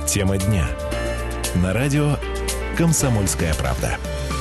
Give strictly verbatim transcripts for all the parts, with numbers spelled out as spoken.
Тема дня. На радио «Комсомольская правда».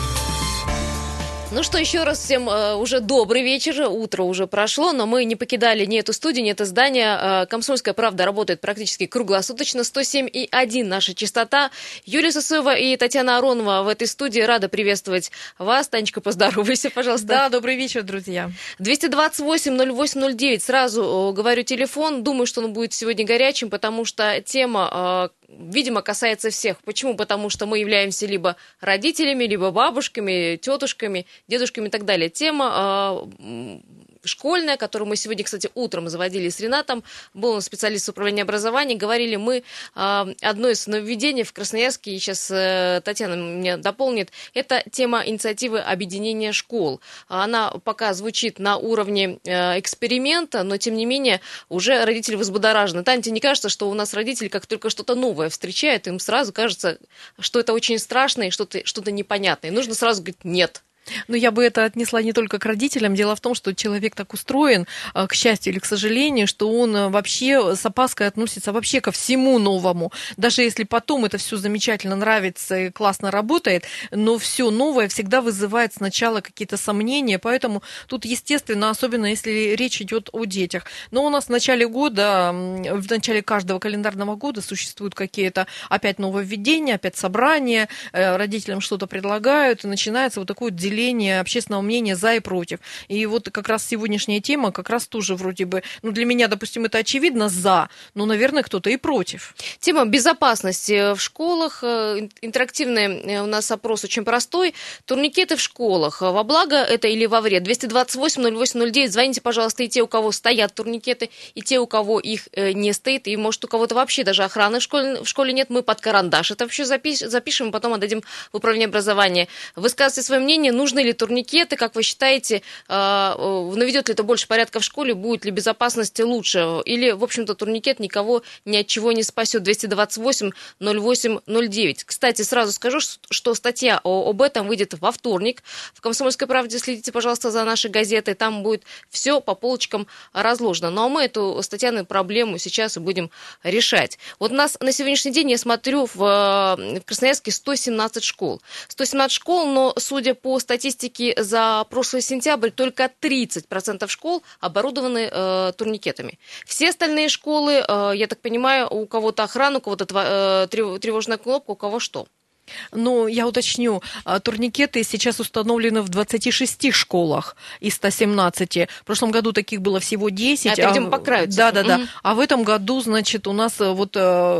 Ну что, еще раз всем э, уже добрый вечер, утро уже прошло, но мы не покидали ни эту студию, ни это здание. Э, «Комсомольская правда» работает практически круглосуточно, сто семь и один наша частота. Юлия Сысоева и Татьяна Аронова в этой студии. Рада приветствовать вас. Танечка, поздоровайся, пожалуйста. Да, добрый вечер, друзья. двести двадцать восемь ноль восемь ноль девять, сразу э, говорю телефон, думаю, что он будет сегодня горячим, потому что тема... Э, Видимо, касается всех. Почему? Потому что мы являемся либо родителями, либо бабушками, тетушками, дедушками и так далее. Тема э, школьная, которую мы сегодня, кстати, утром заводили с Ренатом, был он специалист управления образования, говорили мы э, одно из нововведений в Красноярске, и сейчас э, Татьяна меня дополнит, это тема инициативы объединения школ. Она пока звучит на уровне э, эксперимента, но, тем не менее, уже родители взбудоражены. Таня, тебе не кажется, что у нас родители, как только что-то новое встречают, им сразу кажется, что это очень страшно и что-то, что-то непонятное. И нужно сразу говорить «нет». Но я бы это отнесла не только к родителям. Дело в том, что человек так устроен, к счастью или к сожалению, что он вообще с опаской относится вообще ко всему новому. Даже если потом это все замечательно нравится и классно работает, но все новое всегда вызывает сначала какие-то сомнения. Поэтому тут, естественно, особенно если речь идет о детях. Но у нас в начале года, в начале каждого календарного года существуют какие-то опять нововведения, опять собрания, родителям что-то предлагают, и начинается вот такое деление общественного мнения за и против. И вот как раз сегодняшняя тема как раз тоже вроде бы, ну для меня, допустим, это очевидно за, но, наверное, кто-то и против. Тема безопасности в школах. Интерактивный у нас опрос очень простой. Турникеты в школах. Во благо это или во вред? двести двадцать восемь ноль восемь ноль девять. Звоните, пожалуйста, и те, у кого стоят турникеты, и те, у кого их не стоит. И, может, у кого-то вообще даже охраны в школе, в школе нет. Мы под карандаш это вообще запиш, запишем, и потом отдадим в управление образования. Высказывайте свое мнение. Нужны ли турникеты? Как вы считаете, наведет ли это больше порядка в школе? Будет ли безопасность лучше? Или, в общем-то, турникет никого ни от чего не спасет? двести двадцать восемь ноль восемь ноль девять. Кстати, сразу скажу, что статья об этом выйдет во вторник. В «Комсомольской правде» следите, пожалуйста, за нашей газетой. Там будет все по полочкам разложено. Ну, а мы эту, с Татьяной, проблему сейчас и будем решать. Вот у нас на сегодняшний день, я смотрю, в, в Красноярске сто семнадцать школ. сто семнадцать школ, но, судя по статистике за прошлый сентябрь, только тридцать процентов школ оборудованы э, турникетами. Все остальные школы, э, я так понимаю, у кого-то охрана, у кого-то э, тревожная кнопка, у кого что? Ну, я уточню, турникеты сейчас установлены в двадцати шести школах из ста семнадцати. В прошлом году таких было всего десять. А это, видимо, по краю. Да, да, да. Угу. А в этом году, значит, у нас вот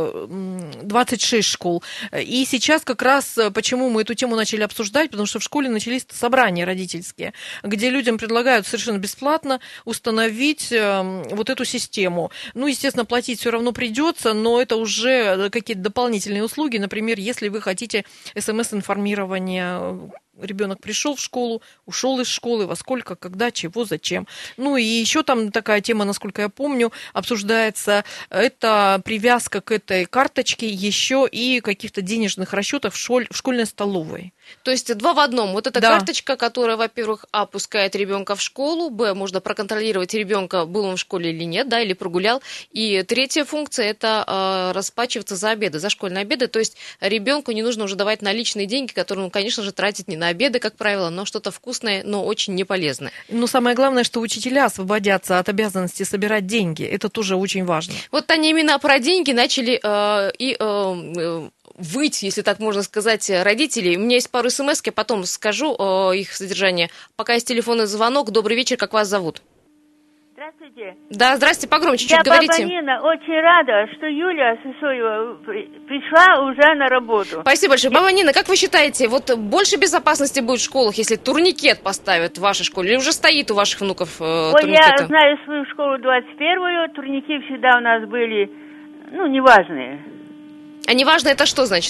двадцать шесть школ. И сейчас как раз, почему мы эту тему начали обсуждать, потому что в школе начались собрания родительские, где людям предлагают совершенно бесплатно установить вот эту систему. Ну, естественно, платить все равно придется, но это уже какие-то дополнительные услуги. Например, если вы хотите эс эм эс-информирование, ребенок пришел в школу, ушел из школы, во сколько, когда, чего, зачем. Ну и еще там такая тема, насколько я помню, обсуждается, это привязка к этой карточке еще и каких-то денежных расчетов в, школь, в школьной столовой. То есть два в одном. Вот эта да. карточка, которая, во-первых, а, пускает ребенка в школу, б, можно проконтролировать ребенка, был он в школе или нет, да, или прогулял. И третья функция – это э, расплачиваться за обеды, за школьные обеды. То есть ребенку не нужно уже давать наличные деньги, которые он, конечно же, тратит не на обеды, как правило, но что-то вкусное, но очень неполезное. Но самое главное, что учителя освободятся от обязанности собирать деньги. Это тоже очень важно. Вот, Таня, именно про деньги начали э, и... Э, выть, если так можно сказать, родителей. У меня есть пару смс, я потом скажу э, их содержание. Пока есть телефонный звонок. Добрый вечер, как вас зовут? Здравствуйте. Да, здрасте, погромче Я чуть говорите. баба Нина, очень рада, что Юлия Сысоева пришла уже на работу. Спасибо большое. Баба Нина, как вы считаете, вот больше безопасности будет в школах, если турникет поставят в вашей школе, или уже стоит у ваших внуков э, Ой, турникеты? я знаю свою школу двадцать первую, турники всегда у нас были, ну, неважные. А неважно, это что значит?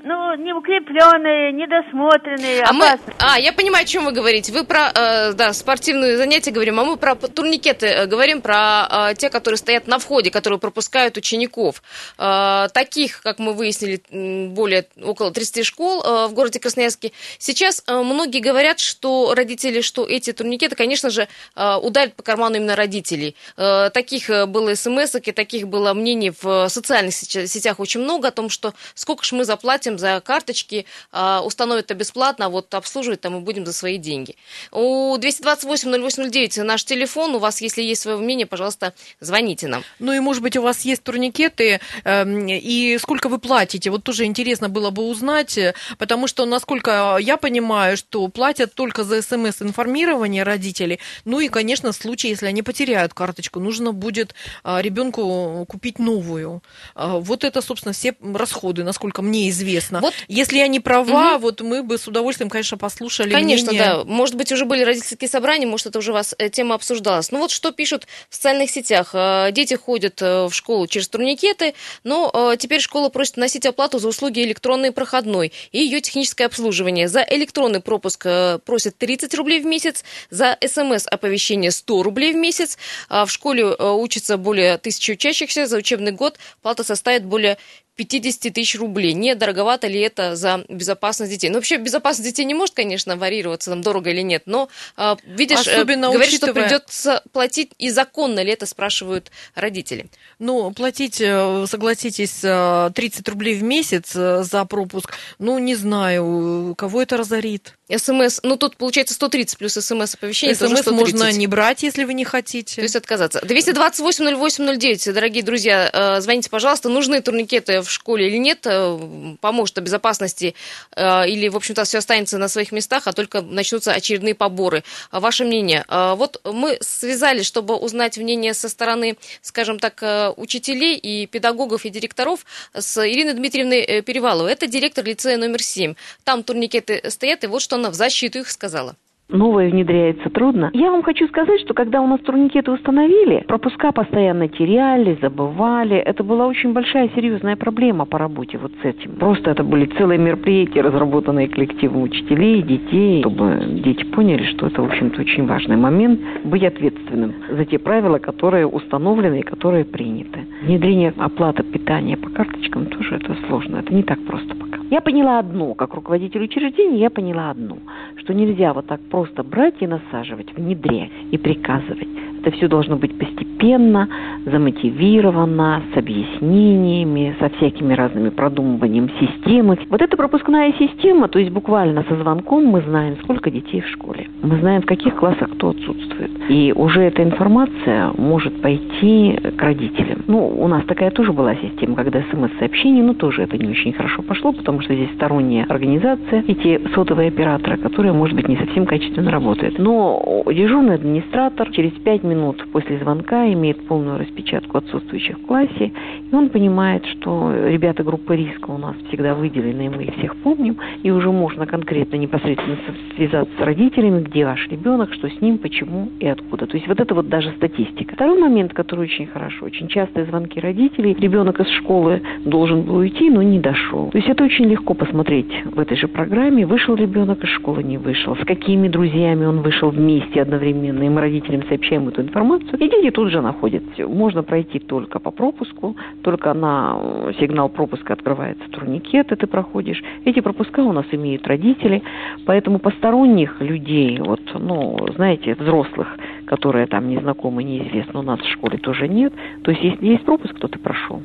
ну, неукрепленные, недосмотренные, А, мы, опасные. а, я понимаю, о чем вы говорите. Вы про э, да, спортивные занятия говорим, а мы про турникеты э, говорим, про э, те, которые стоят на входе, которые пропускают учеников. Э, таких, как мы выяснили, более около тридцати школ э, в городе Красноярске. Сейчас э, многие говорят, что родители, что эти турникеты, конечно же, э, ударят по карману именно родителей. Э, таких было смс-ок и таких было мнений в социальных сетях очень много о том, что сколько же мы заплатим за карточки, э, установят это бесплатно, а вот обслуживать там мы будем за свои деньги. У двести двадцать восемь ноль восемь ноль девять наш телефон. У вас, если есть свое мнение, пожалуйста, звоните нам. Ну и, может быть, у вас есть турникеты, э, и сколько вы платите? Вот тоже интересно было бы узнать, потому что, насколько я понимаю, что платят только за смс-информирование родителей. Ну и, конечно, в случае, если они потеряют карточку, нужно будет э, ребенку купить новую. Э, вот это, собственно, все расходы, насколько мне известно. Вот. Если я не права, угу. вот мы бы с удовольствием, конечно, послушали Конечно, мнение. да. Может быть, уже были родительские собрания, может, это уже у вас тема обсуждалась. Ну вот что пишут в социальных сетях. Дети ходят в школу через турникеты, но теперь школа просит вносить оплату за услуги электронной проходной и ее техническое обслуживание. За электронный пропуск просят тридцать рублей в месяц, за смс-оповещение сто рублей в месяц. В школе учатся более тысячи учащихся, за учебный год плата составит более пятьдесят тысяч рублей. Не дороговато ли это за безопасность детей? Ну, вообще, безопасность детей не может, конечно, варьироваться, там, дорого или нет, но, э, видишь, Особенно говорят, учитывая... что придется платить, и законно ли это, спрашивают родители. Ну, платить, согласитесь, тридцать рублей в месяц за пропуск, ну, не знаю, кого это разорит. СМС, ну, тут получается сто тридцать плюс смс-оповещение. СМС можно не брать, если вы не хотите. То есть отказаться. двести двадцать восемь ноль восемь ноль девять, дорогие друзья, звоните, пожалуйста, нужны турникеты в школе или нет, поможет о безопасности, или, в общем-то, все останется на своих местах, а только начнутся очередные поборы. Ваше мнение? Вот мы связались, чтобы узнать мнение со стороны, скажем так, учителей и педагогов и директоров с Ириной Дмитриевной Переваловой. Это директор лицея номер семь. Там турникеты стоят, и вот что она в защиту их сказала. Новое внедряется трудно. Я вам хочу сказать, что когда у нас турникеты установили, пропуска постоянно теряли, забывали. Это была очень большая, серьезная проблема по работе вот с этим. Просто это были целые мероприятия, разработанные коллективом учителей, детей, чтобы дети поняли, что это, в общем-то, очень важный момент быть ответственным за те правила, которые установлены и которые приняты. Внедрение оплаты питания по карточкам тоже это сложно. Это не так просто пока. Я поняла одно, как руководитель учреждения, я поняла одно, что нельзя вот так просто брать и насаживать, внедрять и приказывать. Это все должно быть постепенно, замотивировано, с объяснениями, со всякими разными продумыванием системы. Вот эта пропускная система, то есть буквально со звонком мы знаем, сколько детей в школе. Мы знаем, в каких классах кто отсутствует. И уже эта информация может пойти к родителям. Ну, у нас такая тоже была система, когда смс-сообщение, но тоже это не очень хорошо пошло, потому что здесь сторонняя организация, эти сотовые операторы, которые, может быть, не совсем качественно работают. Но дежурный администратор через пять минут после звонка имеет полную распечатку отсутствующих в классе, и он понимает, что ребята группы риска у нас всегда выделены, и мы их всех помним, и уже можно конкретно непосредственно связаться с родителями, где ваш ребенок, что с ним, почему и откуда. То есть вот это вот даже статистика. Второй момент, который очень хорошо, очень частые звонки родителей, ребенок из школы должен был уйти, но не дошел. То есть это очень легко посмотреть в этой же программе, вышел ребенок из школы, не вышел, с какими друзьями он вышел вместе одновременно, и мы родителям сообщаем эту информацию, и дети тут же находят. Можно пройти только по пропуску, только на сигнал пропуска открывается турникет, и ты проходишь. Эти пропуска у нас имеют родители, поэтому посторонних людей, вот, ну, знаете, взрослых, которые там незнакомы, неизвестны, у нас в школе тоже нет. То есть, если есть пропуск, то ты прошел.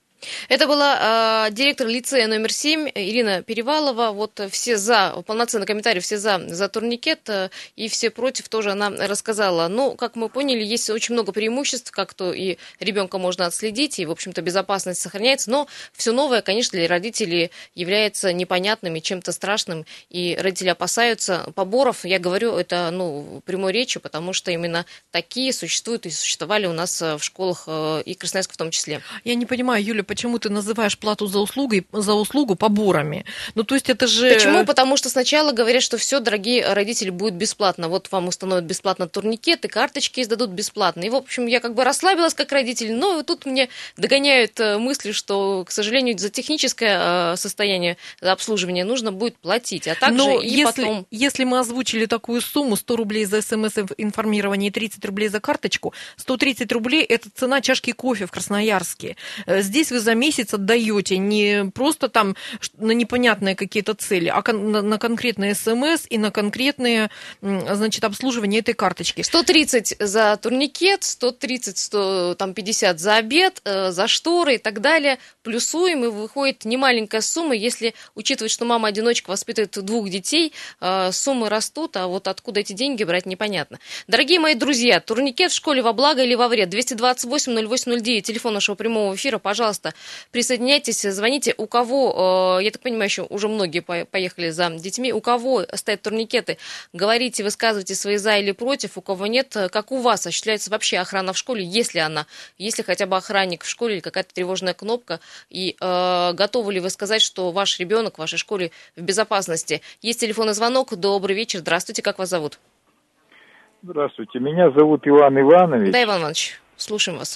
Это была э, директор лицея номер семь Ирина Перевалова. Вот все за, полноценный комментарий, все за, за турникет э, и все против тоже она рассказала. Но, как мы поняли, есть очень много преимуществ, как то и ребенка можно отследить, и, в общем-то, безопасность сохраняется. Но все новое, конечно, для родителей является непонятным и чем-то страшным, и родители опасаются поборов. Я говорю это, ну, прямой речью, потому что именно такие существуют и существовали у нас в школах и Красноярска в том числе. Я не понимаю, Юля, почему ты называешь плату за услугу, за услугу поборами? Ну, то есть это же... Почему? Потому что сначала говорят, что все, дорогие родители, будет бесплатно. Вот вам установят бесплатно турникеты, карточки издадут бесплатно. И, в общем, я как бы расслабилась как родитель, но тут мне догоняют мысли, что, к сожалению, за техническое состояние обслуживания нужно будет платить, а также но и если, потом... если мы озвучили такую сумму, сто рублей за смс-информирование и тридцать рублей за карточку, сто тридцать рублей – это цена чашки кофе в Красноярске. Здесь вы за месяц отдаете не просто там на непонятные какие-то цели, а на конкретные смс и на конкретные, значит, обслуживание этой карточки. сто тридцать за турникет, сто тридцать, сто пятьдесят за обед, за шторы и так далее. Плюсуем, и выходит немаленькая сумма. Если учитывать, что мама-одиночка воспитывает двух детей, суммы растут, а вот откуда эти деньги брать, непонятно. Дорогие мои друзья, турникет в школе во благо или во вред? двести двадцать восемь ноль восемь ноль девять, телефон нашего прямого эфира. Пожалуйста, присоединяйтесь, звоните. У кого, я так понимаю, еще уже многие поехали за детьми, у кого стоят турникеты, говорите, высказывайте свои за или против, у кого нет, как у вас осуществляется вообще охрана в школе, есть ли она, есть ли хотя бы охранник в школе или какая-то тревожная кнопка, и э, готовы ли вы сказать, что ваш ребенок в вашей школе в безопасности? Есть телефонный звонок. Добрый вечер, здравствуйте, как вас зовут? Здравствуйте, меня зовут Иван Иванович. Да, Иван Иванович, слушаем вас.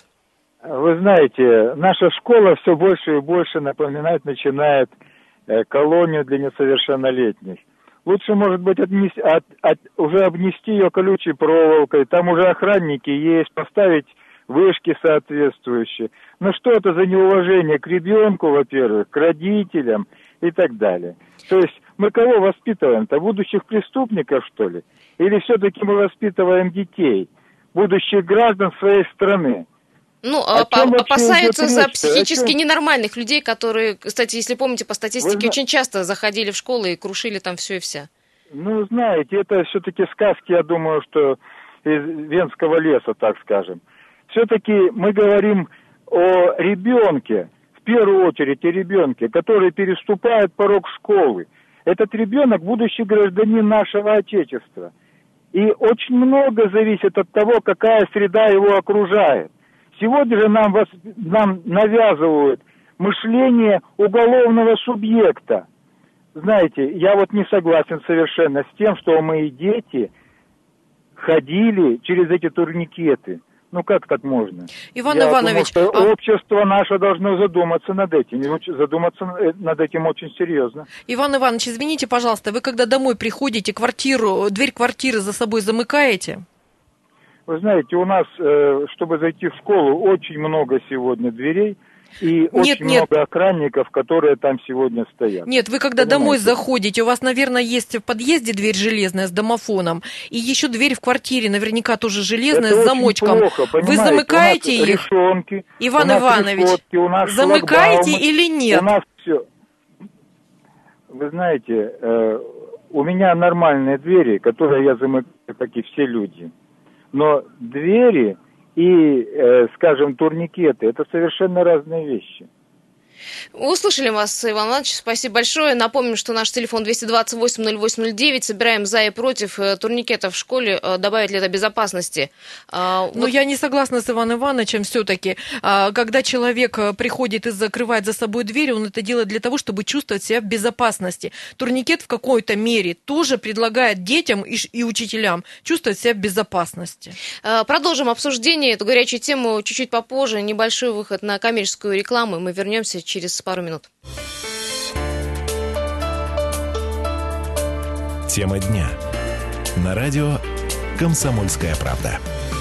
Вы знаете, наша школа все больше и больше напоминать начинает э, колонию для несовершеннолетних. Лучше, может быть, отнести, от, от, уже обнести ее колючей проволокой, там уже охранники есть, поставить вышки соответствующие. Но что это за неуважение к ребенку, во-первых, к родителям и так далее. То есть мы кого воспитываем-то? Будущих преступников, что ли? Или все-таки мы воспитываем детей, будущих граждан своей страны? Ну, опасаются за психически ненормальных людей, которые, кстати, если помните, по статистике, Вы... очень часто заходили в школы и крушили там все и вся. Ну, знаете, это все-таки сказки, я думаю, что из Венского леса, так скажем. Все-таки мы говорим о ребенке, в первую очередь о ребенке, который переступает порог школы. Этот ребенок – будущий гражданин нашего Отечества. И очень много зависит от того, какая среда его окружает. Сегодня же нам, вас, нам навязывают мышление уголовного субъекта. Знаете, я вот не согласен совершенно с тем, что мои дети ходили через эти турникеты. Ну как так можно? Иван Я Иванович, думаю, что а... общество наше должно задуматься над этим, задуматься над этим очень серьезно. Иван Иванович, извините, пожалуйста, вы когда домой приходите, квартиру, дверь квартиры за собой замыкаете? Вы знаете, у нас, чтобы зайти в школу, очень много сегодня дверей. И нет, очень нет. много охранников, которые там сегодня стоят. Нет, вы когда Понимаете? Домой заходите, у вас, наверное, есть в подъезде дверь железная с домофоном, и еще дверь в квартире наверняка тоже железная Это с замочком. Плохо, вы замыкаете у нас их? решетки, Иван у нас Иванович, решетки, у нас замыкаете шлагбаумы, или нет? У нас все. Вы знаете, э, у меня нормальные двери, которые я замыкаю, как и все люди. Но двери и, э, скажем, турникеты – это совершенно разные вещи. Услышали вас, Иван Иванович, спасибо большое. Напомним, что наш телефон двести двадцать восемь ноль восемь ноль девять. Собираем за и против турникетов в школе. Добавит ли это безопасности? Но вот... я не согласна с Иваном Ивановичем все-таки. Когда человек приходит и закрывает за собой дверь, он это делает для того, чтобы чувствовать себя в безопасности. Турникет в какой-то мере тоже предлагает детям и, и учителям чувствовать себя в безопасности. Продолжим обсуждение, эту горячую тему чуть-чуть попозже. Небольшой выход на коммерческую рекламу. Мы вернемся через пару минут. Тема дня. На радио «Комсомольская правда».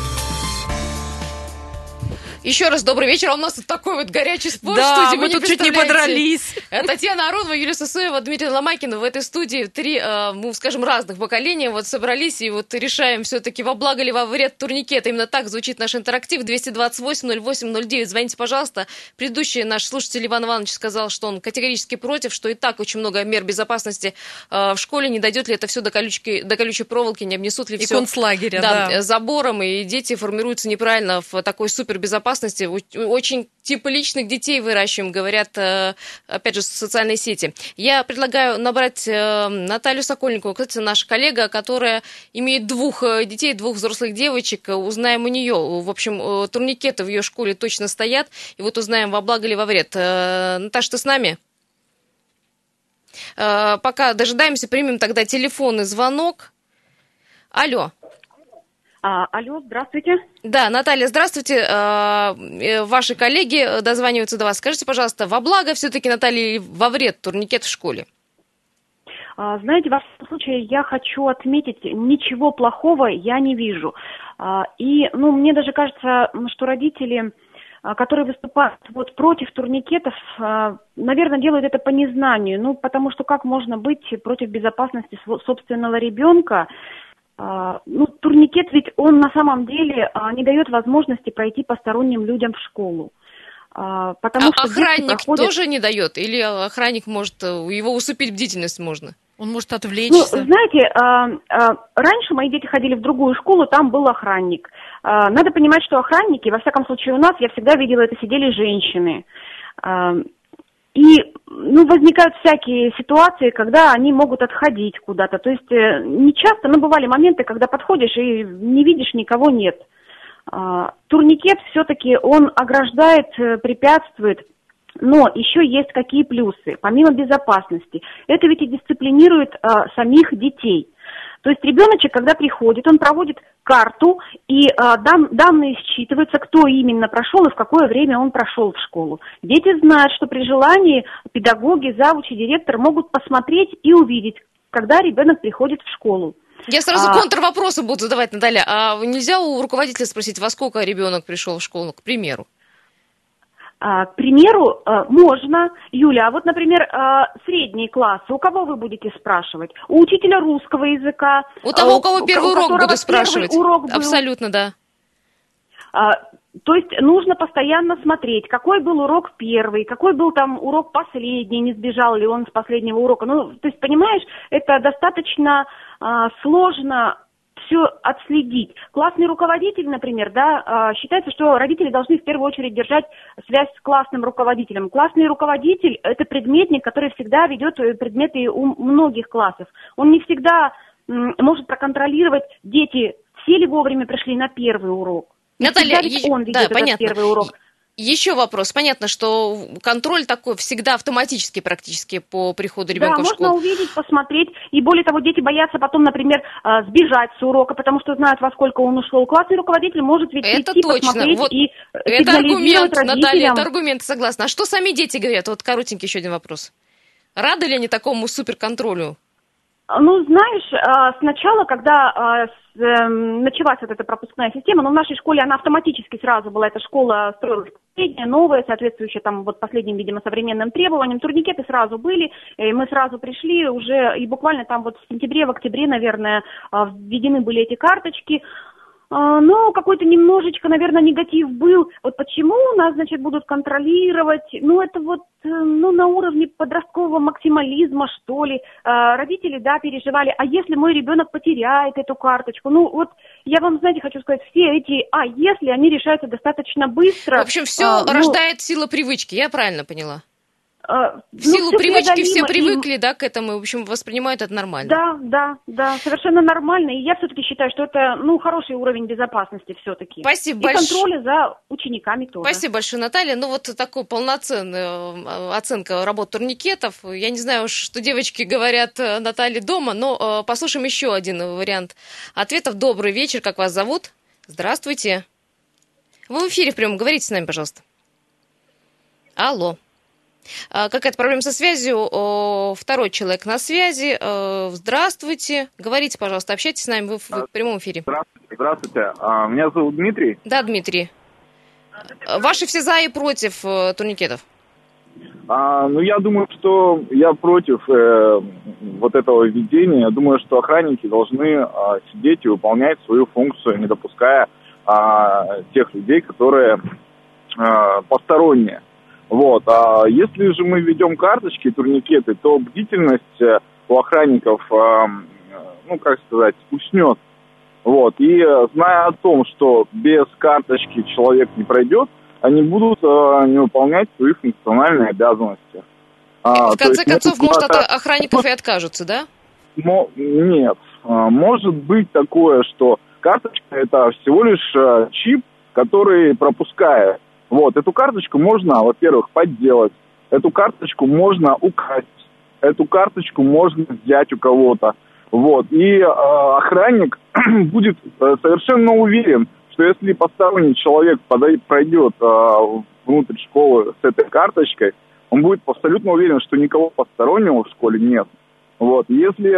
Еще раз добрый вечер. У нас тут такой вот горячий спор да, в студии. мы Вы тут не чуть не подрались. Татьяна Аронова, Юлия Сысоева, Дмитрий Ломакин. В этой студии три, ну, скажем, разных поколения вот собрались и вот решаем все-таки во благо или во вред турникета. Именно так звучит наш интерактив. двести двадцать восемь ноль восемь ноль девять. Звоните, пожалуйста. Предыдущий наш слушатель Иван Иванович сказал, что он категорически против, что и так очень много мер безопасности в школе. Не дойдет ли это все до колючки, до колючей проволоки, не обнесут ли и все концлагеря, да, да. забором, и дети формируются неправильно в такой супербезопасности. безопасности. Очень тепличных детей выращиваем, говорят, опять же, социальные сети. Я предлагаю набрать Наталью Сокольникову, кстати, наша коллега, которая имеет двух детей, двух взрослых девочек. Узнаем у нее. В общем, турникеты в ее школе точно стоят. И вот узнаем, во благо или во вред. Наташа, ты с нами? Пока дожидаемся, примем тогда телефонный звонок. Алло. А, алло, здравствуйте. Да, Наталья, здравствуйте. Ваши коллеги дозваниваются до вас. Скажите, пожалуйста, во благо все-таки, Наталья, или во вред турникет в школе? А, знаете, в вашем случае я хочу отметить, ничего плохого я не вижу. А, и, ну, мне даже кажется, что родители, которые выступают вот против турникетов, наверное, делают это по незнанию. Ну, потому что как можно быть против безопасности собственного ребенка? Ну, турникет ведь он на самом деле не дает возможности пройти посторонним людям в школу. Потому а что охранник проходят... тоже не дает? Или охранник может, его усыпить бдительность можно? Он может отвлечься. Ну, знаете, раньше мои дети ходили в другую школу, там был охранник. Надо понимать, что охранники, во всяком случае у нас, я всегда видела, это сидели женщины. И, ну, возникают всякие ситуации, когда они могут отходить куда-то. То есть не часто, но бывали моменты, когда подходишь и не видишь, никого нет. Турникет все-таки он ограждает, препятствует, но еще есть какие плюсы, помимо безопасности. Это ведь и дисциплинирует а, самих детей. То есть ребеночек, когда приходит, он проводит карту, и а, дан, данные считываются, кто именно прошел и в какое время он прошел в школу. Дети знают, что при желании педагоги, завучи, директор могут посмотреть и увидеть, когда ребенок приходит в школу. Я сразу а... контрвопросы буду задавать, Наталья. А нельзя у руководителя спросить, во сколько ребенок пришел в школу, к примеру? А, к примеру, можно. Юля, а вот, например, средние классы, у кого вы будете спрашивать? У учителя русского языка? У того, у кого первый у урок буду спрашивать. Урок был. Абсолютно, да. А, то есть нужно постоянно смотреть, какой был урок первый, какой был там урок последний, не сбежал ли он с последнего урока. Ну, то есть, понимаешь, это достаточно а, сложно все отследить. Классный руководитель, например, да, считается, что родители должны в первую очередь держать связь с классным руководителем. Классный руководитель – это предметник, который всегда ведет предметы у многих классов. Он не всегда может проконтролировать, дети все ли вовремя пришли на первый урок. Наталья, е- он ведет да, этот понятно. первый урок. Еще вопрос. Понятно, что контроль такой всегда автоматически практически по приходу ребенка да, в школу. Да, можно увидеть, посмотреть. И более того, дети боятся потом, например, сбежать с урока, потому что знают, во сколько он ушел. Классный руководитель может ведь это прийти, точно. посмотреть Вот и это аргумент, родителям. Наталья, это аргумент, согласна. А что сами дети говорят? Вот коротенький еще один вопрос. Рады ли они такому суперконтролю? Ну, знаешь, сначала, когда началась вот эта пропускная система, но в нашей школе она автоматически сразу была, эта школа строилась последняя, новая, соответствующая там вот последним, видимо, современным требованиям. Турникеты сразу были, и мы сразу пришли уже, и буквально там вот в сентябре, в октябре, наверное, введены были эти карточки. Но какой-то немножечко, наверное, негатив был. Вот почему нас, значит, будут контролировать? Ну, это вот, ну, на уровне подросткового максимализма, что ли. Родители, да, переживали. А если мой ребенок потеряет эту карточку? Ну, вот я вам, знаете, хочу сказать, все эти «а если» они решаются достаточно быстро. В общем, все а, рождает ну, сила привычки, я правильно поняла? В ну, силу все привычки все привыкли, и... да, к этому, в общем, воспринимают это нормально. Да, да, да, совершенно нормально. И я все-таки считаю, что это, ну, хороший уровень безопасности все-таки. Спасибо и большое. И контроля за учениками тоже. Спасибо большое, Наталья. Ну, вот такой полноценная оценка работ турникетов. Я не знаю, что девочки говорят Наталье дома, но послушаем еще один вариант ответов. Добрый вечер, как вас зовут? Здравствуйте. Вы в эфире в прямом, говорите с нами, пожалуйста. Алло. Какая-то проблема со связью. Второй человек на связи. Здравствуйте. Говорите, пожалуйста, общайтесь с нами, вы в прямом эфире. Здравствуйте. Здравствуйте. Меня зовут Дмитрий. Да, Дмитрий. Ваши все за и против турникетов? А, ну, я думаю, что я против э, вот этого введения. Я думаю, что охранники должны а, сидеть и выполнять свою функцию, не допуская а, тех людей, которые а, посторонние. Вот. А если же мы введем карточки, турникеты, то бдительность у охранников, ну, как сказать, уснет. Вот. И зная о том, что без карточки человек не пройдет они будут а, не выполнять свои функциональные обязанности. А, в конце концов, может, от куда-то... охранников и откажутся, да? Но, нет. А, может быть такое, что карточка – это всего лишь а, чип, который пропускает. Вот, эту карточку можно, во-первых, подделать, эту карточку можно украсть, эту карточку можно взять у кого-то. Вот, и э, охранник будет э, совершенно уверен, что если посторонний человек подой- пройдет э, внутрь школы с этой карточкой, он будет абсолютно уверен, что никого постороннего в школе нет. Вот, если,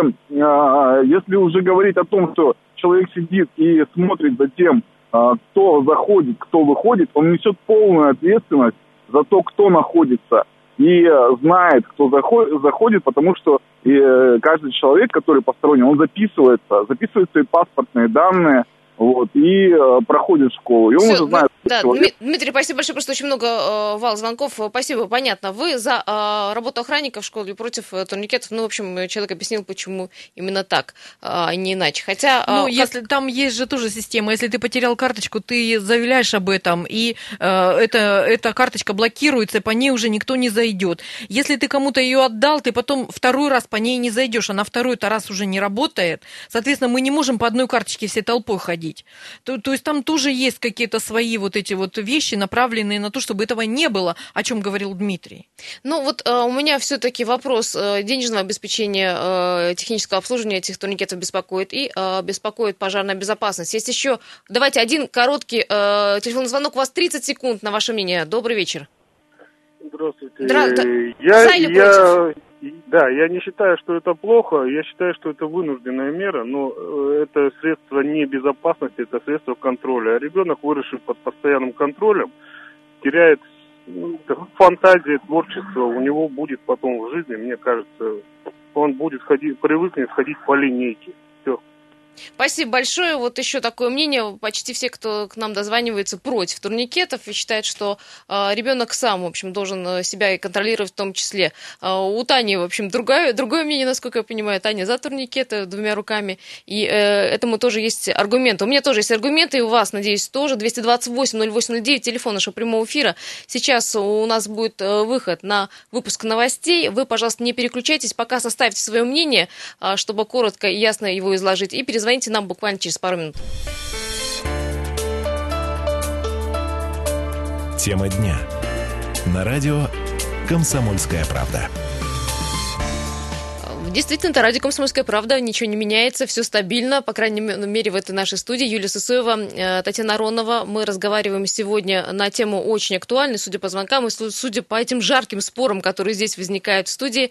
э, если уже говорить о том, что человек сидит и смотрит за тем, э, кто заходит, кто выходит, он несет полную ответственность за то, кто находится, и э, знает, кто заходит, заходит, потому что и, э, каждый человек, который посторонний, он записывается, записывает свои паспортные данные, вот, и э, проходит школу. И он Всё, уже знает, ну, да, человек... Дмитрий, спасибо большое, просто очень много э, вал звонков. Спасибо, понятно. Вы за э, работу охранника в школе против э, турникетов? Ну, в общем, человек объяснил, почему именно так, э, а не иначе. Хотя, э, ну, как... если там есть же тоже система, если ты потерял карточку, ты заявляешь об этом, и э, это, эта карточка блокируется, по ней уже никто не зайдет. Если ты кому-то ее отдал, ты потом второй раз по ней не зайдешь, она второй-то раз уже не работает. Соответственно, мы не можем по одной карточке всей толпой ходить. То, то есть там тоже есть какие-то свои вот эти вот вещи, направленные на то, чтобы этого не было, о чем говорил Дмитрий. Ну вот э, у меня все-таки вопрос э, денежного обеспечения, э, технического обслуживания этих турникетов беспокоит, и э, беспокоит пожарная безопасность. Есть еще, давайте один короткий э, телефонный звонок, у вас тридцать секунд на ваше мнение. Добрый вечер. Здравствуйте. Здравствуйте. Я, За или я, против? Да, я не считаю, что это плохо, я считаю, что это вынужденная мера, но это средство не безопасности, это средство контроля. А ребенок, выросший под постоянным контролем, теряет ну, фантазию, творчество, у него будет потом в жизни, мне кажется, он будет ходить, привыкнет ходить по линейке. Все. Спасибо большое. Вот еще такое мнение. Почти все, кто к нам дозванивается, против турникетов и считают, что э, ребенок сам, в общем, должен себя и контролировать в том числе. Э, у Тани, в общем, другое, другое мнение, насколько я понимаю. Таня за турникеты двумя руками. И э, этому тоже есть аргументы. У меня тоже есть аргументы, и у вас, надеюсь, тоже. двести двадцать восемь ноль восемь ноль девять, телефон нашего прямого эфира. Сейчас у нас будет э, выход на выпуск новостей. Вы, пожалуйста, не переключайтесь, пока составьте свое мнение, э, чтобы коротко и ясно его изложить. И перезвоните Звоните нам буквально через пару минут. Тема дня. На радио «Комсомольская правда». Действительно, это радио «Комсомольская правда», ничего не меняется, все стабильно, по крайней мере, в этой нашей студии. Юлия Сысоева, Татьяна Аронова. Мы разговариваем сегодня на тему очень актуальную, судя по звонкам и судя по этим жарким спорам, которые здесь возникают в студии.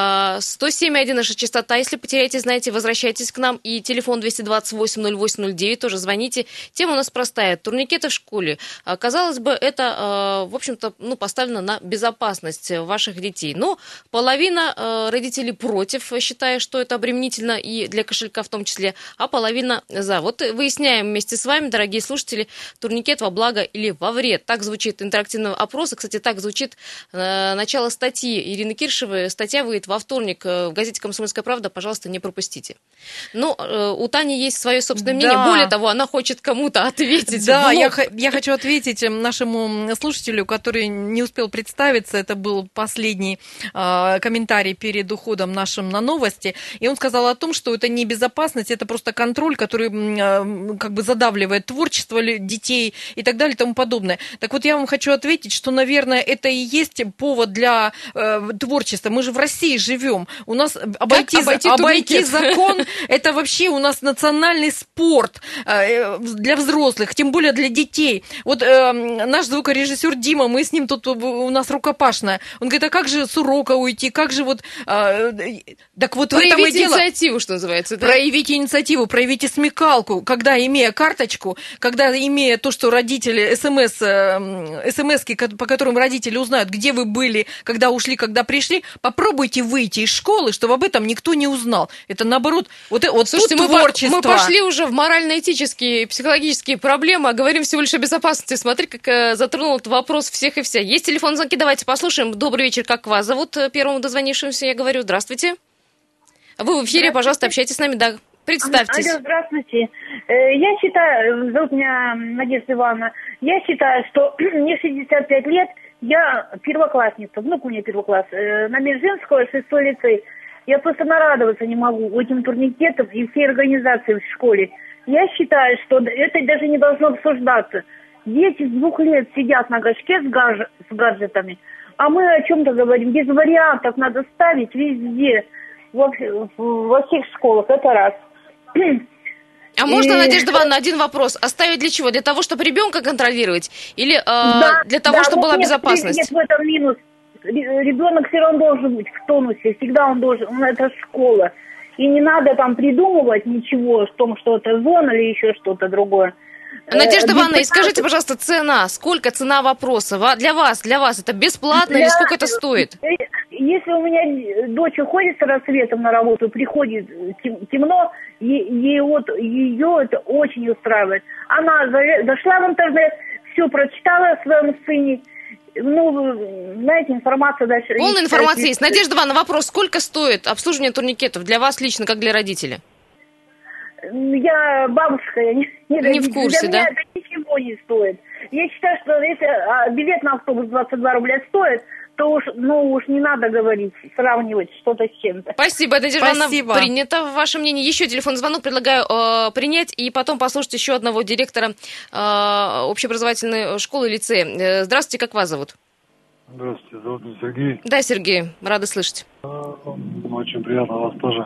сто семь и один наша частота. Если потеряете, знаете, возвращайтесь к нам. И телефон двести двадцать восемь ноль восемь ноль девять, тоже звоните. Тема у нас простая. Турникеты в школе. Казалось бы, это, в общем-то, ну, поставлено на безопасность ваших детей. Но половина родителей против, считая, что это обременительно и для кошелька в том числе, а половина за. Вот выясняем вместе с вами, дорогие слушатели, турникет во благо или во вред. Так звучит интерактивный опрос. Кстати, так звучит э, начало статьи Ирины Киршевой. Статья выйдет во вторник в газете «Комсомольская правда». Пожалуйста, не пропустите. Но э, у Тани есть свое собственное мнение. Да. Более того, она хочет кому-то ответить. Да, я, я хочу ответить нашему слушателю, который не успел представиться. Это был последний э, комментарий перед уходом нашим на новости, и он сказал о том, что это не безопасность, это просто контроль, который э, как бы задавливает творчество детей и так далее и тому подобное. Так вот, я вам хочу ответить, что, наверное, это и есть повод для э, творчества. Мы же в России живем. У нас обойти, обойти, обойти закон, это вообще у нас национальный спорт э, для взрослых, тем более для детей. Вот э, наш звукорежиссер Дима, мы с ним тут, у нас рукопашная. Он говорит, а как же с урока уйти, как же вот... Э, Так вот, проявите в этом и дело. инициативу, что называется. Да? Проявите инициативу, проявите смекалку, когда, имея карточку, когда, имея то, что родители, смс, смс-ки, по которым родители узнают, где вы были, когда ушли, когда пришли, попробуйте выйти из школы, чтобы об этом никто не узнал. Это, наоборот, вот, вот Слушайте, тут мы творчество. Мы пошли уже в морально-этические и психологические проблемы, а говорим всего лишь о безопасности. Смотри, как затронул этот вопрос всех и вся. Есть телефон звонки, давайте послушаем. Добрый вечер, как вас зовут? Первому дозвонившемуся я говорю. Здравствуйте. Вы в эфире, пожалуйста, общайтесь с нами. Да, Представьтесь. Алло, здравствуйте. Я считаю, зовут меня Надежда Ивановна, я считаю, что мне шестьдесят пять лет, я первоклассница, внук у меня первокласс, на Межинского, шестой лицей. Я просто нарадоваться не могу этим турникетам и всей организации в школе. Я считаю, что это даже не должно обсуждаться. Дети с двух лет сидят на горшке с, гаж... с гаджетами, а мы о чем-то говорим. Без вариантов надо ставить везде, во, во всех школах. Это раз. А и... можно, Надежда Ивановна, один вопрос? Оставить для чего? Для того, чтобы ребенка контролировать? Или э, да, для того, да, чтобы вот была нет, безопасность? Нет, в этом минус. Ребенок все равно должен быть в тонусе. Всегда он должен. Это школа. И не надо там придумывать ничего, в том, что это зона или еще что-то другое. Надежда Ивановна, и скажите, пожалуйста, цена. Сколько цена вопроса? Для вас, для вас это бесплатно для... или сколько это стоит? Если у меня дочь уходит с рассветом на работу, приходит темно, ей вот ее это очень устраивает. Она зашла в интернет, все прочитала о своем сыне. Ну, знаете, информация дальше... Полная информация есть. Надежда Ивановна, вопрос, сколько стоит обслуживание турникетов для вас лично, как для родителя? Я бабушка, я не, не, не в курсе, для да? меня это ничего не стоит. Я считаю, что если билет на автобус двадцать два рубля стоит, то уж, ну уж не надо говорить, сравнивать что-то с чем-то. Спасибо, Надежда Ивановна, принято ваше мнение. Еще телефонный звонок предлагаю э, принять и потом послушать еще одного директора э, общеобразовательной школы, лицея. Э, здравствуйте, как вас зовут? Здравствуйте, зовут меня Сергей. Да, Сергей, рада слышать. Очень приятно вас тоже.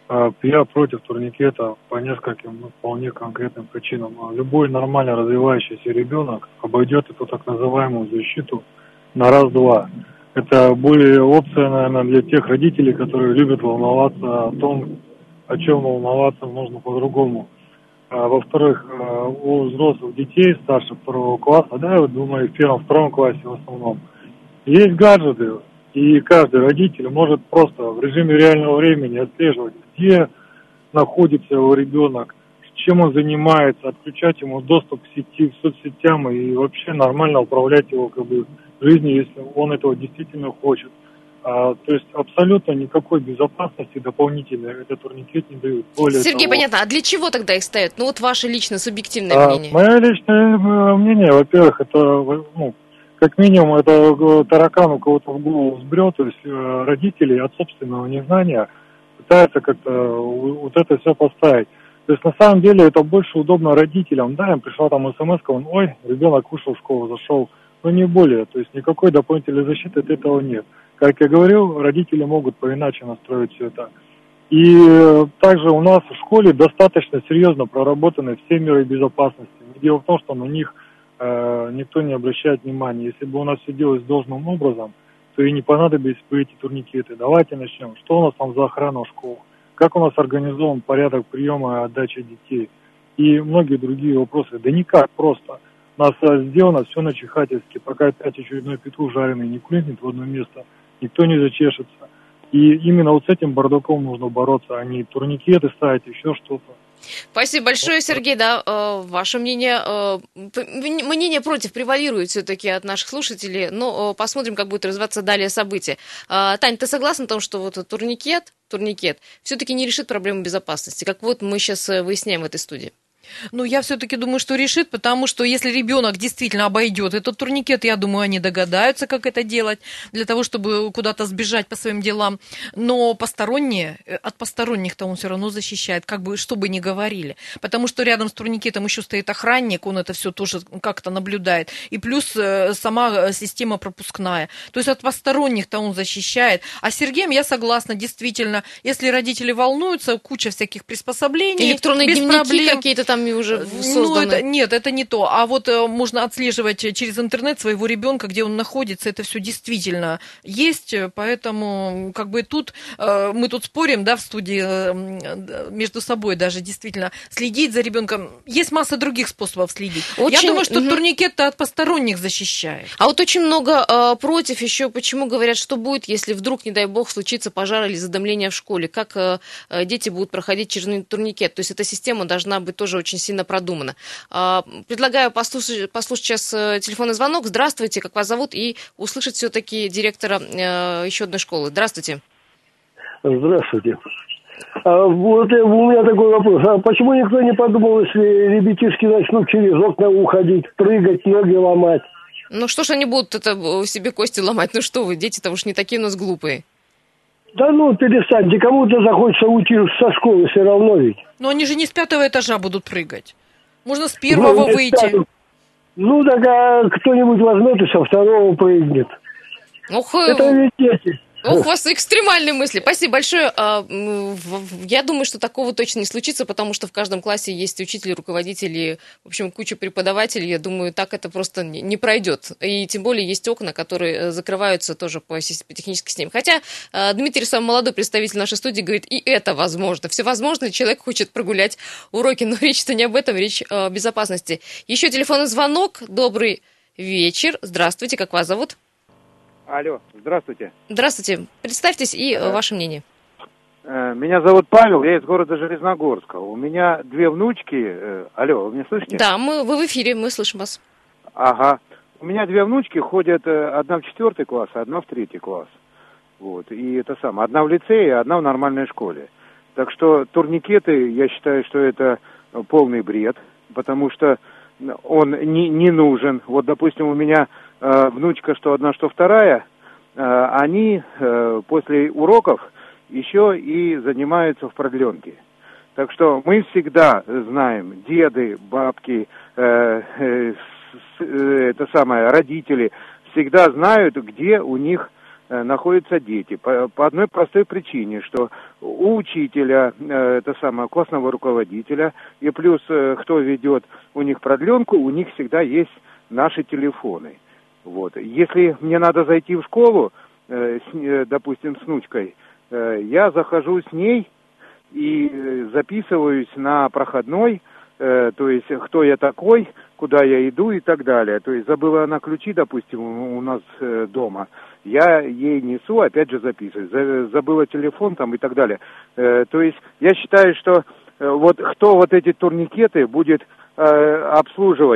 Я против турникета по нескольким, ну, вполне конкретным причинам. Любой нормально развивающийся ребенок обойдет эту так называемую защиту на раз-два. Это более опция, наверное, для тех родителей, которые любят волноваться о том, о чем волноваться нужно по-другому. А, во-вторых, у взрослых детей старше второго класса, да, я думаю, в первом-втором классе в основном, есть гаджеты, и каждый родитель может просто в режиме реального времени отслеживать, где находится его ребенок, чем он занимается, отключать ему доступ к сети, к соцсетям и вообще нормально управлять его как бы жизнью, если он этого действительно хочет. А, то есть абсолютно никакой безопасности дополнительной этот турникет не дают. Более Сергей, того, понятно. А для чего тогда их ставят? Ну вот ваше личное субъективное а, мнение. Мое личное мнение, во-первых, это, ну, как минимум, это таракан у кого-то в голову взбрет, то есть родители от собственного незнания пытаются как-то вот это все поставить. То есть на самом деле это больше удобно родителям. Да, им пришла там смс-ка, он, ой, ребенок кушал в школу, зашел. Но не более, то есть никакой дополнительной защиты от этого нет. Как я говорил, родители могут поиначе настроить все это. И также у нас в школе достаточно серьезно проработаны все меры безопасности. Дело в том, что на них э, никто не обращает внимания. Если бы у нас все делалось должным образом, то и не понадобились бы эти турникеты. Давайте начнем. Что у нас там за охрана в школах? Как у нас организован порядок приема и отдачи детей? И многие другие вопросы. Да никак просто. У нас сделано все начихательски, пока опять очередной петух жареный не клюнет в одно место, никто не зачешется. И именно вот с этим бардаком нужно бороться, а не турникеты ставить, еще что-то. Спасибо большое, Сергей. Да, э, ваше мнение, э, мнение против превалирует все-таки от наших слушателей, но э, посмотрим, как будет развиваться далее события. Э, Тань, ты согласна в том, что вот турникет, турникет все-таки не решит проблему безопасности, как вот мы сейчас выясняем в этой студии? Ну, я все-таки думаю, что решит, потому что если ребенок действительно обойдет этот турникет, я думаю, они догадаются, как это делать, для того, чтобы куда-то сбежать по своим делам. Но посторонние, от посторонних-то он все равно защищает, как бы, что бы ни говорили. Потому что рядом с турникетом еще стоит охранник, он это все тоже как-то наблюдает. И плюс сама система пропускная. То есть от посторонних-то он защищает. А с Сергеем я согласна, действительно, если родители волнуются, куча всяких приспособлений. Электронные без дневники проблем. Какие-то там уже созданы. Ну, это, нет, это не то. А вот э, можно отслеживать через интернет своего ребенка, где он находится. Это все действительно есть. Поэтому как бы тут э, мы тут спорим, да, в студии э, между собой даже действительно следить за ребенком. Есть масса других способов следить. Очень... Я думаю, что угу. турникет-то от посторонних защищает. А вот очень много э, против еще. Почему говорят, что будет, если вдруг, не дай бог, случится пожар или задымление в школе? Как э, дети будут проходить через турникет? То есть эта система должна быть тоже очень сильно продумано. Предлагаю послушать, послушать сейчас телефонный звонок. Здравствуйте, как вас зовут? И услышать все-таки директора еще одной школы. Здравствуйте. Здравствуйте. А вот у меня такой вопрос. А почему никто не подумал, если ребятишки начнут через окна уходить, прыгать, ноги ломать? Ну что ж они будут это себе кости ломать? Ну что вы, дети-то уж не такие у нас глупые. Да ну, перестаньте, кому-то захочется уйти со школы все равно ведь. Но они же не с пятого этажа будут прыгать. Можно с первого ну, выйти. Пятого. Ну, так а кто-нибудь возьмет и со второго прыгнет. Ох, это ведь дети. Ох, у вас экстремальные мысли. Спасибо большое. Я думаю, что такого точно не случится, потому что в каждом классе есть учитель, руководитель и, в общем, куча преподавателей. Я думаю, так это просто не пройдет. И тем более есть окна, которые закрываются тоже по технической системе. Хотя Дмитрий, самый молодой представитель нашей студии, говорит, и это возможно. Все возможно, человек хочет прогулять уроки, но речь-то не об этом, речь о безопасности. Еще телефонный звонок. Добрый вечер. Здравствуйте, как вас зовут? Алло, здравствуйте. Здравствуйте. Представьтесь и э, ваше мнение. Меня зовут Павел, я из города Железногорска. У меня две внучки. Алло, вы меня слышите? Да, мы, вы в эфире, мы слышим вас. Ага. У меня две внучки ходят, одна в четвертый класс, а одна в третий класс. Вот. И это самое. Одна в лицее, а одна в нормальной школе. Так что турникеты, я считаю, что это полный бред, потому что он не, не нужен. Вот, допустим, у меня э, внучка, что одна, что вторая, э, они э, после уроков еще и занимаются в продленке. Так что мы всегда знаем, деды, бабки, э, э, с, э, это самое, родители, всегда знают, где у них э, находятся дети. По, по одной простой причине, что у учителя, э, это самое, классного руководителя, и плюс э, кто ведет у них продленку, у них всегда есть наши телефоны. Вот. Если мне надо зайти в школу, э, с, э, допустим, с внучкой, э, я захожу с ней и записываюсь на проходной, э, то есть кто я такой, куда я иду и так далее. То есть забыла она ключи, допустим, у нас э, дома, я ей несу, опять же записываюсь. Забыла телефон там и так далее. Э, то есть я считаю, что э, вот кто вот эти турникеты будет э, обслуживать.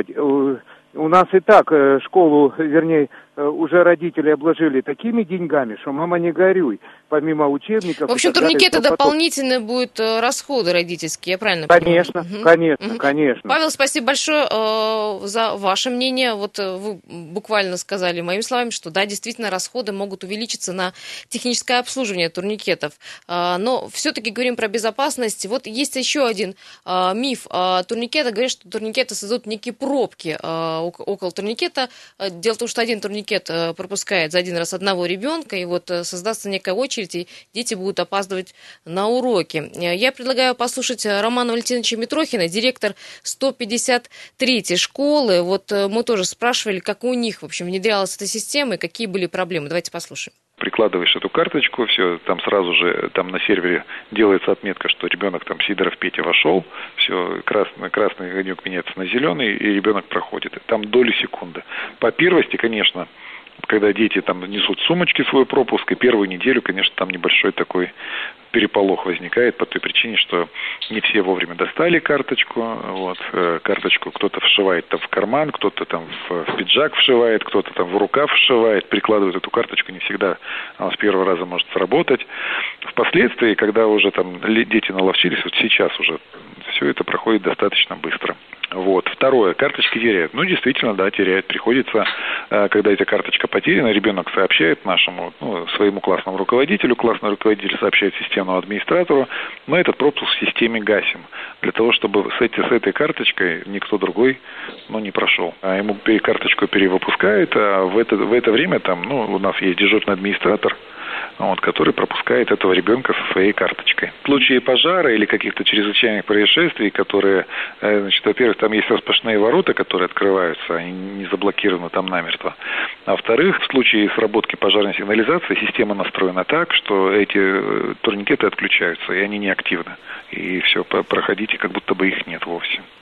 У нас и так э, школу, вернее, э, уже родители обложили такими деньгами, что мама не горюй, помимо учебников. В общем, турникеты дополнительные будут э, расходы родительские, я правильно конечно, понимаю? Конечно, угу. конечно. Павел, спасибо большое э, за ваше мнение. Вот э, вы буквально сказали моими словами, что да, действительно, расходы могут увеличиться на техническое обслуживание турникетов. Э, но все-таки говорим про безопасность. Вот есть еще один э, миф э, турникета. Говорят, что турникеты создают некие пробки э, около турникета. Дело в том, что один турникет пропускает за один раз одного ребенка, и вот создастся некая очередь, и дети будут опаздывать на уроки. Я предлагаю послушать Романа Валентиновича Митрохина, директор сто пятьдесят третьей школы. Вот мы тоже спрашивали, как у них, в общем, внедрялась эта система и какие были проблемы. Давайте послушаем. Прикладываешь эту карточку, все, там сразу же там на сервере делается отметка, что ребенок там Сидоров Петя вошел, все, красный, красный огонек меняется на зеленый, и ребенок проходит. Там доли секунды. По первости, конечно, когда дети там несут сумочки свой пропуск, и первую неделю, конечно, там небольшой такой переполох возникает по той причине, что не все вовремя достали карточку, вот, карточку кто-то вшивает там в карман, кто-то там в, в пиджак вшивает, кто-то там в рукав вшивает, прикладывает эту карточку, не всегда она с первого раза может сработать. Впоследствии, когда уже там дети наловчились, вот сейчас уже все это проходит достаточно быстро. Вот. Второе. Карточки теряют. Ну, действительно, да, теряют. Приходится, когда эта карточка потеряна, ребенок сообщает нашему, ну, своему классному руководителю, классный руководитель сообщает системному администратору, мы этот пропуск в системе гасим, для того, чтобы с, эти, с этой карточкой никто другой, ну, не прошел. А ему карточку перевыпускают, а в это, в это время там, ну, у нас есть дежурный администратор, вот, который пропускает этого ребенка со своей карточкой. В случае пожара или каких-то чрезвычайных происшествий, которые, значит, во-первых, там есть распашные ворота, которые открываются, они не заблокированы там намертво. А во-вторых, в случае сработки пожарной сигнализации система настроена так, что эти турникеты отключаются, и они неактивны. И все, проходите, как будто бы их нет вовсе.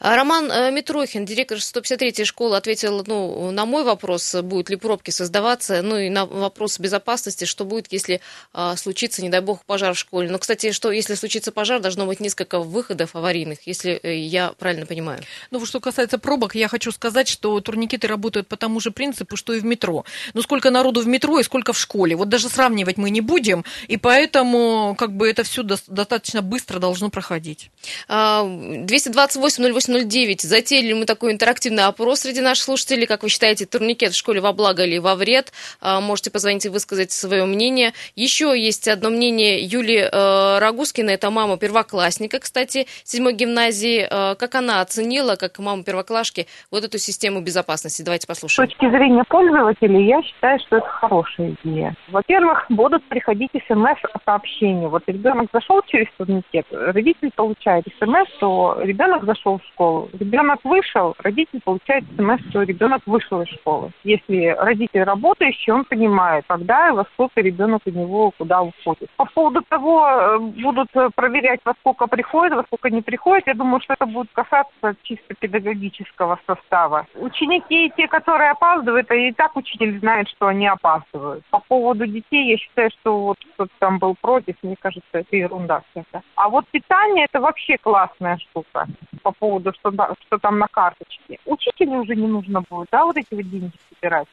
Роман Митрохин, директор сто пятьдесят третьей школы, ответил ну, на мой вопрос, будут ли пробки создаваться, ну и на вопрос безопасности, что будет, если а, случится, не дай бог, пожар в школе. Но, кстати, что если случится пожар, должно быть несколько выходов аварийных, если я правильно понимаю. Ну, что касается пробок, я хочу сказать, что турникеты работают по тому же принципу, что и в метро. Ну, сколько народу в метро и сколько в школе. Вот даже сравнивать мы не будем, и поэтому как бы это все достаточно быстро должно проходить. двести двадцать восемь ноль восемь ноль девять. Затеяли мы такой интерактивный опрос среди наших слушателей. Как вы считаете, турникет в школе во благо или во вред? Можете позвонить и высказать свое мнение. Еще есть одно мнение Юлии Рагускиной. Это мама первоклассника, кстати, седьмой гимназии. Как она оценила, как мама первоклашки, вот эту систему безопасности? Давайте послушаем. С точки зрения пользователей, я считаю, что это хорошая идея. Во-первых, будут приходить смс-сообщения. Вот ребенок зашел через турникет, родитель получает смс, что ребенок зашел в школу. Ребенок вышел, родитель получает смс, что ребенок вышел из школы. Если родитель работающий, он понимает, когда и во сколько ребенок у него куда уходит. По поводу того, будут проверять, во сколько приходит, во сколько не приходит, я думаю, что это будет касаться чисто педагогического состава. Ученики, те, которые опаздывают, и так учитель знает, что они опаздывают. По поводу детей, я считаю, что вот кто-то там был против, мне кажется, это ерунда всякая. А вот питание, это вообще классная штука. По поводу, что, что там на карточке. Учителю уже не нужно будет, да, вот эти вот деньги собирать.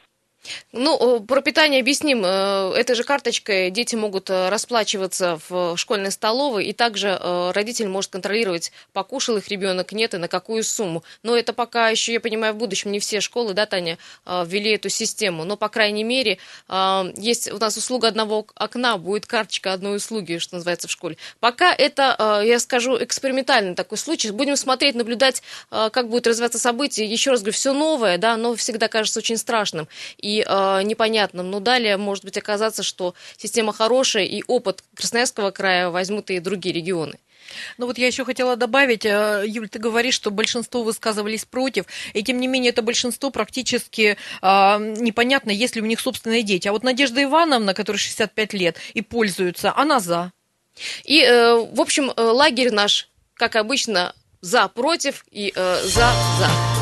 Ну, про питание объясним. Этой же карточкой дети могут расплачиваться в школьной столовой, и также родитель может контролировать, покушал их ребенок, нет, и на какую сумму. Но это пока еще, я понимаю, в будущем не все школы, да, Таня, ввели эту систему. Но, по крайней мере, есть у нас услуга одного окна, будет карточка одной услуги, что называется, в школе. Пока это, я скажу, экспериментальный такой случай. Будем смотреть, наблюдать, как будет развиваться события. Еще раз говорю, все новое, да, но всегда кажется очень страшным и э, непонятным. Но далее может быть оказаться, что система хорошая, и опыт Красноярского края возьмут и другие регионы. Ну вот я еще хотела добавить, Юль, ты говоришь, что большинство высказывались против, и тем не менее это большинство практически э, непонятно, есть ли у них собственные дети. А вот Надежда Ивановна, которой шестьдесят пять лет и пользуется, она за. И, э, в общем, лагерь наш, как обычно, за, против и э, за, за.